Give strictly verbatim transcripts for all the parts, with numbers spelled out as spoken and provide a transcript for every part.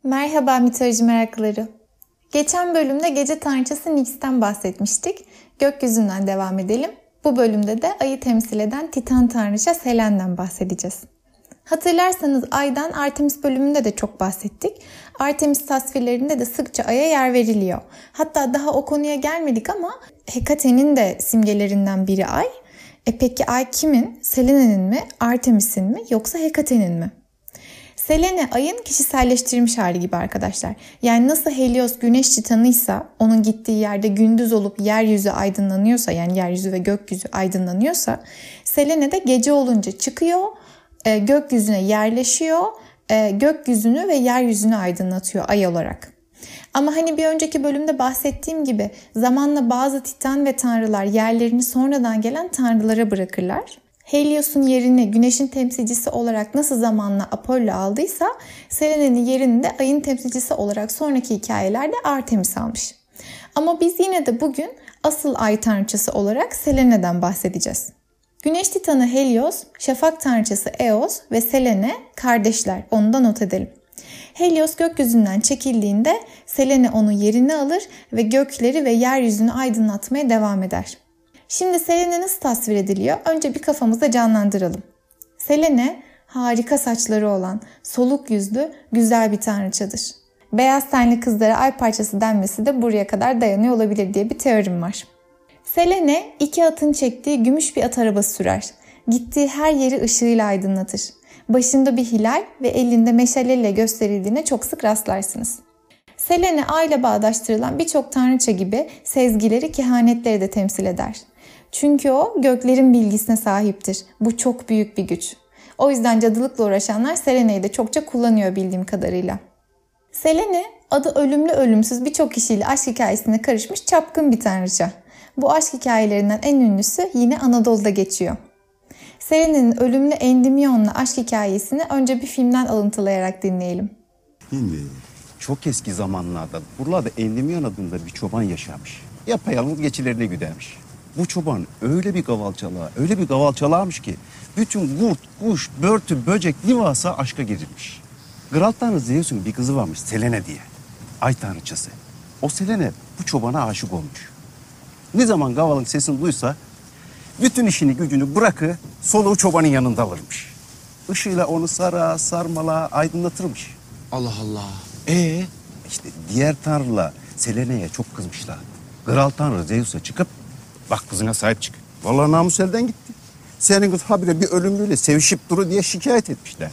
Merhaba mitoloji meraklıları. Geçen bölümde gece tanrıçası Nyx'ten bahsetmiştik. Gökyüzünden devam edelim. Bu bölümde de ayı temsil eden Titan tanrıça Selen'den bahsedeceğiz. Hatırlarsanız aydan Artemis bölümünde de çok bahsettik. Artemis tasvirlerinde de sıkça aya yer veriliyor. Hatta daha o konuya gelmedik ama Hekate'nin de simgelerinden biri ay. E peki ay kimin? Selena'nın mi, Artemis'in mi yoksa Hekate'nin mi? Selene ayın kişiselleştirilmiş hali gibi arkadaşlar. Yani nasıl Helios güneş titanıysa, onun gittiği yerde gündüz olup yeryüzü aydınlanıyorsa, yani yeryüzü ve gökyüzü aydınlanıyorsa, Selene de gece olunca çıkıyor, e, gökyüzüne yerleşiyor, e, gökyüzünü ve yeryüzünü aydınlatıyor ay olarak. Ama hani bir önceki bölümde bahsettiğim gibi zamanla bazı titan ve tanrılar yerlerini sonradan gelen tanrılara bırakırlar. Helios'un yerini güneşin temsilcisi olarak nasıl zamanla Apollo aldıysa, Selene'nin yerini de ayın temsilcisi olarak sonraki hikayelerde Artemis almış. Ama biz yine de bugün asıl ay tanrıçası olarak Selene'den bahsedeceğiz. Güneş titanı Helios, şafak tanrıçası Eos ve Selene kardeşler, onu da not edelim. Helios gökyüzünden çekildiğinde Selene onun yerini alır ve gökleri ve yeryüzünü aydınlatmaya devam eder. Şimdi Selene nasıl tasvir ediliyor? Önce bir kafamızda canlandıralım. Selene harika saçları olan, soluk yüzlü, güzel bir tanrıçadır. Beyaz tenli kızlara ay parçası denmesi de buraya kadar dayanıyor olabilir diye bir teorim var. Selene iki atın çektiği gümüş bir at arabası sürer. Gittiği her yeri ışığıyla aydınlatır. Başında bir hilal ve elinde meşaleyle gösterildiğine çok sık rastlarsınız. Selene ayla bağdaştırılan birçok tanrıça gibi sezgileri, kehanetleri de temsil eder. Çünkü o göklerin bilgisine sahiptir. Bu çok büyük bir güç. O yüzden cadılıkla uğraşanlar Selene'yi de çokça kullanıyor bildiğim kadarıyla. Selene adı ölümlü ölümsüz birçok kişiyle aşk hikayesine karışmış çapkın bir tanrıça. Bu aşk hikayelerinden en ünlüsü yine Anadolu'da geçiyor. Selene'nin ölümlü Endymion'la aşk hikayesini önce bir filmden alıntılayarak dinleyelim. Şimdi çok eski zamanlarda buralarda Endymyon adında bir çoban yaşamış. Yapayalnız geçilerine güdermiş. Bu çoban öyle bir gavalçalığa, öyle bir gavalçalağmış ki bütün kurt, kuş, börtü, böcek ne varsa aşka girilmiş. Kral tanrı Zeus'un bir kızı varmış Selene diye. Ay tanrıçası. O Selene bu çobana aşık olmuş. Ne zaman gavalın sesini duysa bütün işini gücünü bırakı soluğu çobanın yanında alırmış. Işığıyla onu sara, sarmala, aydınlatırmış. Allah Allah. Ee, işte diğer tanrılar Selene'ye çok kızmışlar. Kral tanrı Zeus'a çıkıp bak kızına sahip çık. Vallahi namus elden gitti. Senin kız habire bir ölümlüyle sevişip duru diye şikayet etmişler.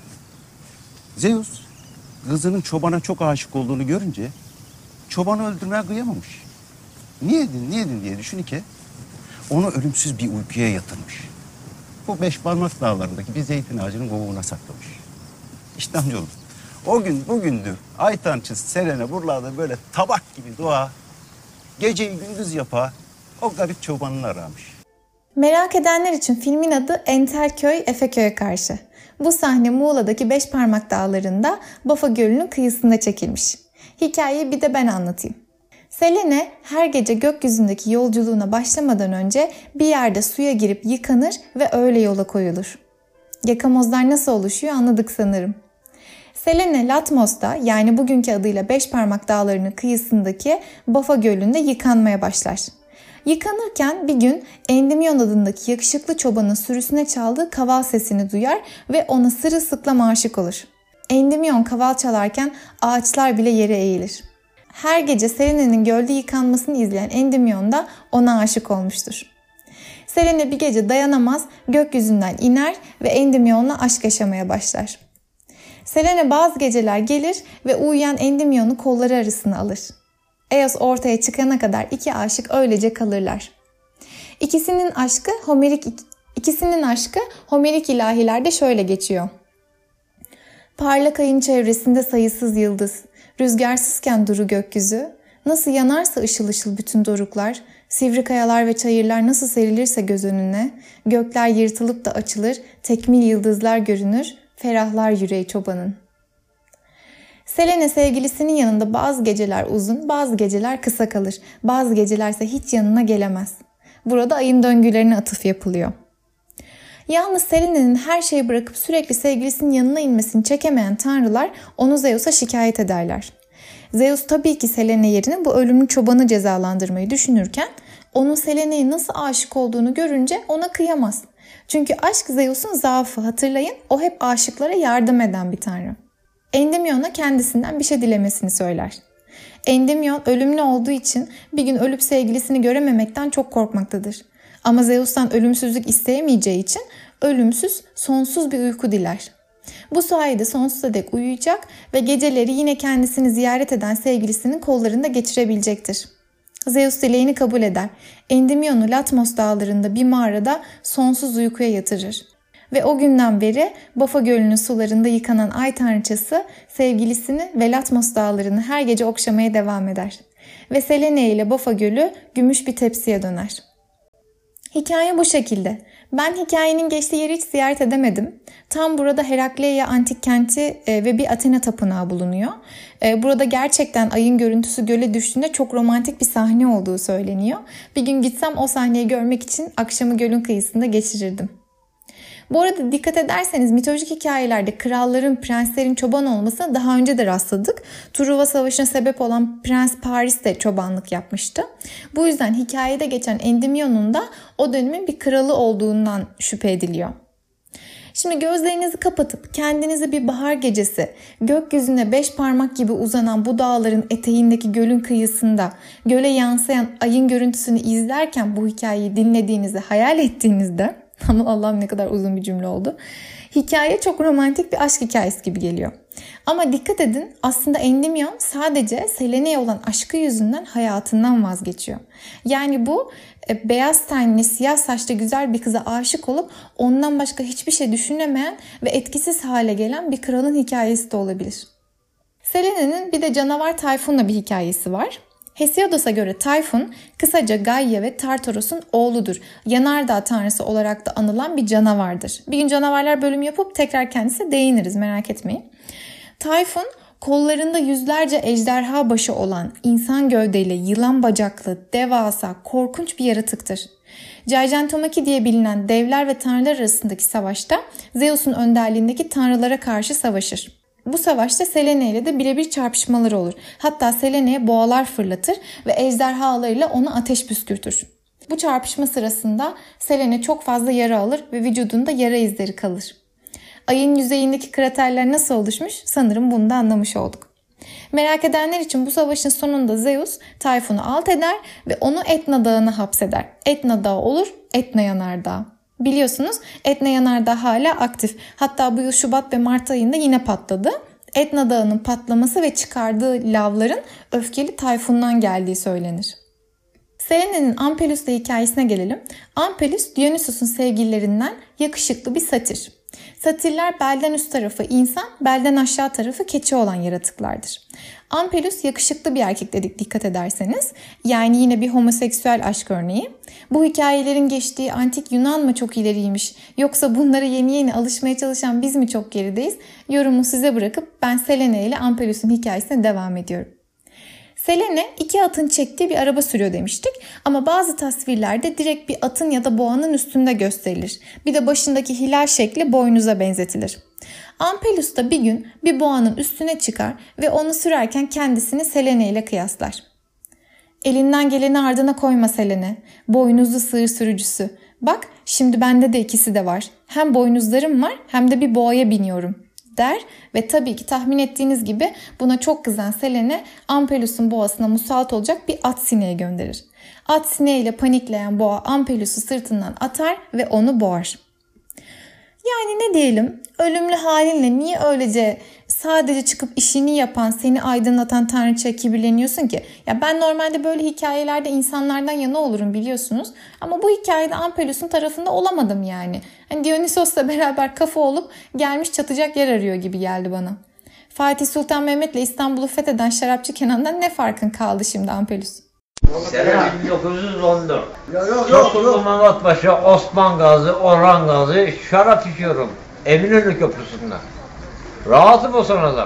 Zeus kızının çobana çok aşık olduğunu görünce çobanı öldürmeye kıyamamış. Niye edin, niye edin diye düşünürken onu ölümsüz bir uykuya yatırmış. Bu beş parmak dağlarındaki bir zeytin ağacının kovuğuna saklamış. İşte amcaoğlu. O gün bugündür ay tanrıçası Selene buralarda böyle tabak gibi doğa, geceyi gündüz yapa, o garip çobanını aramış. Merak edenler için filmin adı Entelköy Efeköy'e karşı. Bu sahne Muğla'daki Beşparmak Dağları'nda Bafa Gölü'nün kıyısında çekilmiş. Hikayeyi bir de ben anlatayım. Selene her gece gökyüzündeki yolculuğuna başlamadan önce bir yerde suya girip yıkanır ve öyle yola koyulur. Yakamozlar nasıl oluşuyor anladık sanırım. Selene Latmos'ta, yani bugünkü adıyla Beşparmak Dağları'nın kıyısındaki Bafa Gölü'nde yıkanmaya başlar. Yıkanırken bir gün Endymyon adındaki yakışıklı çobanın sürüsüne çaldığı kaval sesini duyar ve ona sırılsıklam aşık olur. Endymyon kaval çalarken ağaçlar bile yere eğilir. Her gece Selene'nin gölde yıkanmasını izleyen Endymyon da ona aşık olmuştur. Selene bir gece dayanamaz, gökyüzünden iner ve Endymyon'la aşk yaşamaya başlar. Selene bazı geceler gelir ve uyuyan Endymyon'u kolları arasına alır. Eos ortaya çıkana kadar iki aşık öylece kalırlar. İkisinin aşkı Homerik ikisinin aşkı Homerik ilahilerde şöyle geçiyor. Parlak ayın çevresinde sayısız yıldız, rüzgarsızken duru gökyüzü, nasıl yanarsa ışıl ışıl bütün doruklar, sivri kayalar ve çayırlar nasıl serilirse göz önüne, gökler yırtılıp da açılır, tekmil yıldızlar görünür, ferahlar yüreği çobanın. Selene sevgilisinin yanında bazı geceler uzun, bazı geceler kısa kalır. Bazı gecelerse hiç yanına gelemez. Burada ayın döngülerine atıf yapılıyor. Yalnız Selene'nin her şeyi bırakıp sürekli sevgilisinin yanına inmesini çekemeyen tanrılar onu Zeus'a şikayet ederler. Zeus tabii ki Selene yerine bu ölümlü çobanı cezalandırmayı düşünürken onun Selene'ye nasıl aşık olduğunu görünce ona kıyamaz. Çünkü aşk Zeus'un zaafı, hatırlayın, o hep aşıklara yardım eden bir tanrı. Endymion'a kendisinden bir şey dilemesini söyler. Endymyon ölümlü olduğu için bir gün ölüp sevgilisini görememekten çok korkmaktadır. Ama Zeus'tan ölümsüzlük isteyemeyeceği için ölümsüz, sonsuz bir uyku diler. Bu sayede sonsuza dek uyuyacak ve geceleri yine kendisini ziyaret eden sevgilisinin kollarında geçirebilecektir. Zeus dileğini kabul eder. Endymion'u Latmos dağlarında bir mağarada sonsuz uykuya yatırır. Ve o günden beri Bafa Gölü'nün sularında yıkanan ay tanrıçası sevgilisini ve Latmos dağlarını her gece okşamaya devam eder. Ve Selene ile Bafa Gölü gümüş bir tepsiye döner. Hikaye bu şekilde. Ben hikayenin geçtiği yeri hiç ziyaret edemedim. Tam burada Herakleia antik kenti ve bir Athena tapınağı bulunuyor. Burada gerçekten ayın görüntüsü göle düştüğünde çok romantik bir sahne olduğu söyleniyor. Bir gün gitsem o sahneyi görmek için akşamı gölün kıyısında geçirirdim. Bu arada dikkat ederseniz mitolojik hikayelerde kralların, prenslerin çoban olmasına daha önce de rastladık. Truva Savaşı'na sebep olan Prens Paris de çobanlık yapmıştı. Bu yüzden hikayede geçen Endymion'un da o dönemin bir kralı olduğundan şüphe ediliyor. Şimdi gözlerinizi kapatıp kendinizi bir bahar gecesi gökyüzüne beş parmak gibi uzanan bu dağların eteğindeki gölün kıyısında göle yansıyan ayın görüntüsünü izlerken bu hikayeyi dinlediğinizi hayal ettiğinizde, ama Allah'ım ne kadar uzun bir cümle oldu, hikaye çok romantik bir aşk hikayesi gibi geliyor. Ama dikkat edin, aslında Endymyon sadece Selene'ye olan aşkı yüzünden hayatından vazgeçiyor. Yani bu beyaz tenli, siyah saçlı güzel bir kıza aşık olup ondan başka hiçbir şey düşünemeyen ve etkisiz hale gelen bir kralın hikayesi de olabilir. Selene'nin bir de canavar Tayfun'la bir hikayesi var. Hesiodos'a göre Tayfun kısaca Gaia ve Tartaros'un oğludur. Yanardağ tanrısı olarak da anılan bir canavardır. Bir gün canavarlar bölümü yapıp tekrar kendisine değiniriz, merak etmeyin. Tayfun kollarında yüzlerce ejderha başı olan insan gövdeli, yılan bacaklı, devasa, korkunç bir yaratıktır. Gigantomachy diye bilinen devler ve tanrılar arasındaki savaşta Zeus'un önderliğindeki tanrılara karşı savaşır. Bu savaşta Selene ile de birebir çarpışmaları olur. Hatta Selene'ye boğalar fırlatır ve ejderhalarıyla ona ateş püskürtür. Bu çarpışma sırasında Selene çok fazla yara alır ve vücudunda yara izleri kalır. Ayın yüzeyindeki kraterler nasıl oluşmuş? Sanırım bunu da anlamış olduk. Merak edenler için bu savaşın sonunda Zeus Tayfun'u alt eder ve onu Etna Dağı'na hapseder. Etna Dağı olur, Etna Yanardağı. Biliyorsunuz Etna Yanardağı hala aktif. Hatta bu yıl Şubat ve Mart ayında yine patladı. Etna Dağı'nın patlaması ve çıkardığı lavların öfkeli tayfundan geldiği söylenir. Selene'nin Ampelus'la hikayesine gelelim. Ampelus, Dionysus'un sevgililerinden yakışıklı bir satir. Satirler belden üst tarafı insan, belden aşağı tarafı keçi olan yaratıklardır. Ampelus yakışıklı bir erkek dedik dikkat ederseniz. Yani yine bir homoseksüel aşk örneği. Bu hikayelerin geçtiği antik Yunan mı çok ileriymiş, yoksa bunlara yeni yeni alışmaya çalışan biz mi çok gerideyiz? Yorumu size bırakıp ben Selene ile Ampelus'un hikayesine devam ediyorum. Selene iki atın çektiği bir araba sürüyor demiştik ama bazı tasvirlerde direkt bir atın ya da boğanın üstünde gösterilir. Bir de başındaki hilal şekli boynuza benzetilir. Ampelus da bir gün bir boğanın üstüne çıkar ve onu sürerken kendisini Selene ile kıyaslar. Elinden geleni ardına koyma Selene, boynuzlu sığır sürücüsü. Bak şimdi bende de ikisi de var. Hem boynuzlarım var hem de bir boğaya biniyorum der ve tabii ki tahmin ettiğiniz gibi buna çok kızan Selene Ampelus'un boğasına musallat olacak bir at sineği gönderir. At sineğiyle panikleyen boğa Ampelus'u sırtından atar ve onu boğar. Yani ne diyelim, ölümlü halinle niye öylece sadece çıkıp işini yapan, seni aydınlatan tanrıçaya kibirleniyorsun ki? Ya ben normalde böyle hikayelerde insanlardan yana olurum biliyorsunuz. Ama bu hikayede Ampelus'un tarafında olamadım yani. Hani Dionysos'la beraber kafa olup gelmiş çatacak yer arıyor gibi geldi bana. Fatih Sultan Mehmet'le İstanbul'u fetheden şarapçı Kenan'dan ne farkın kaldı şimdi Ampelus? Sene bin dokuz yüz on dört. Tosunlu Mehmet Paşa, Osman Gazi, Orhan Gazi şarap içiyorum. Eminönü Köprüsü'nde. Rahatım o sırada.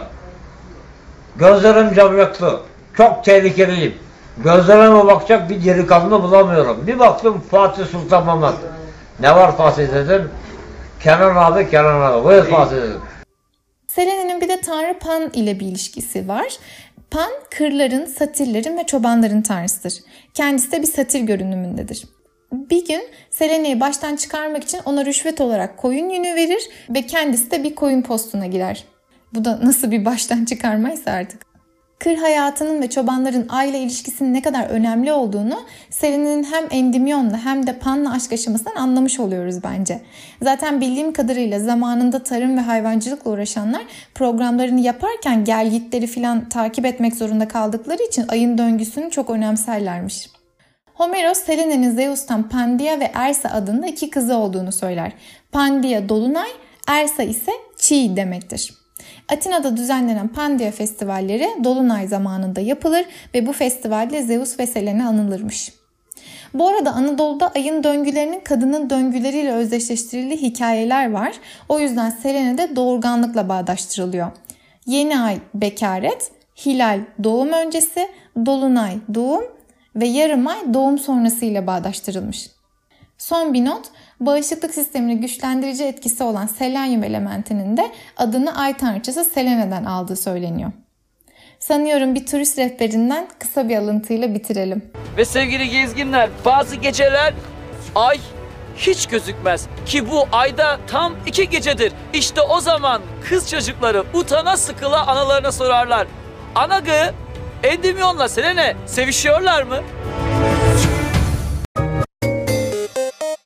Gözlerim camyaklı. Çok tehlikeliyim. Gözlerime bakacak bir delikanlı bulamıyorum. Bir baktım Fatih Sultan Mehmet. Ne var Fatih dedim. Kenan abi, Kenan abi. Buyur Fatih. Selene'nin bir de Tanrı Pan ile bir ilişkisi var. Pan, kırların, satırların ve çobanların tanrısıdır. Kendisi de bir satır görünümündedir. Bir gün Selene'yi baştan çıkarmak için ona rüşvet olarak koyun yünü verir ve kendisi de bir koyun postuna girer. Bu da nasıl bir baştan çıkarmaysa artık. Kır hayatının ve çobanların aile ilişkisinin ne kadar önemli olduğunu Selene'nin hem Endymion'la hem de Pan'la aşk yaşamasından anlamış oluyoruz bence. Zaten bildiğim kadarıyla zamanında tarım ve hayvancılıkla uğraşanlar programlarını yaparken gelgitleri falan takip etmek zorunda kaldıkları için ayın döngüsünü çok önemserlermiş. Homeros, Selene'nin Zeus'tan Pandia ve Ersa adında iki kızı olduğunu söyler. Pandia dolunay, Ersa ise çiğ demektir. Atina'da düzenlenen Pandia festivalleri dolunay zamanında yapılır ve bu festivalde Zeus ve Selene anılırmış. Bu arada Anadolu'da ayın döngülerinin kadının döngüleriyle özdeşleştirildiği hikayeler var. O yüzden Selene de doğurganlıkla bağdaştırılıyor. Yeni ay bekaret, hilal doğum öncesi, dolunay doğum ve yarım ay doğum sonrası ile bağdaştırılmış. Son bir not, bağışıklık sistemini güçlendirici etkisi olan selenyum elementinin de adını ay tanrıçası Selene'den aldığı söyleniyor. Sanıyorum bir turist rehberinden kısa bir alıntıyla bitirelim. Ve sevgili gezginler, bazı geceler ay hiç gözükmez ki bu ayda tam iki gecedir. İşte o zaman kız çocukları utana sıkıla analarına sorarlar. Anagı, Endymion'la Selene sevişiyorlar mı?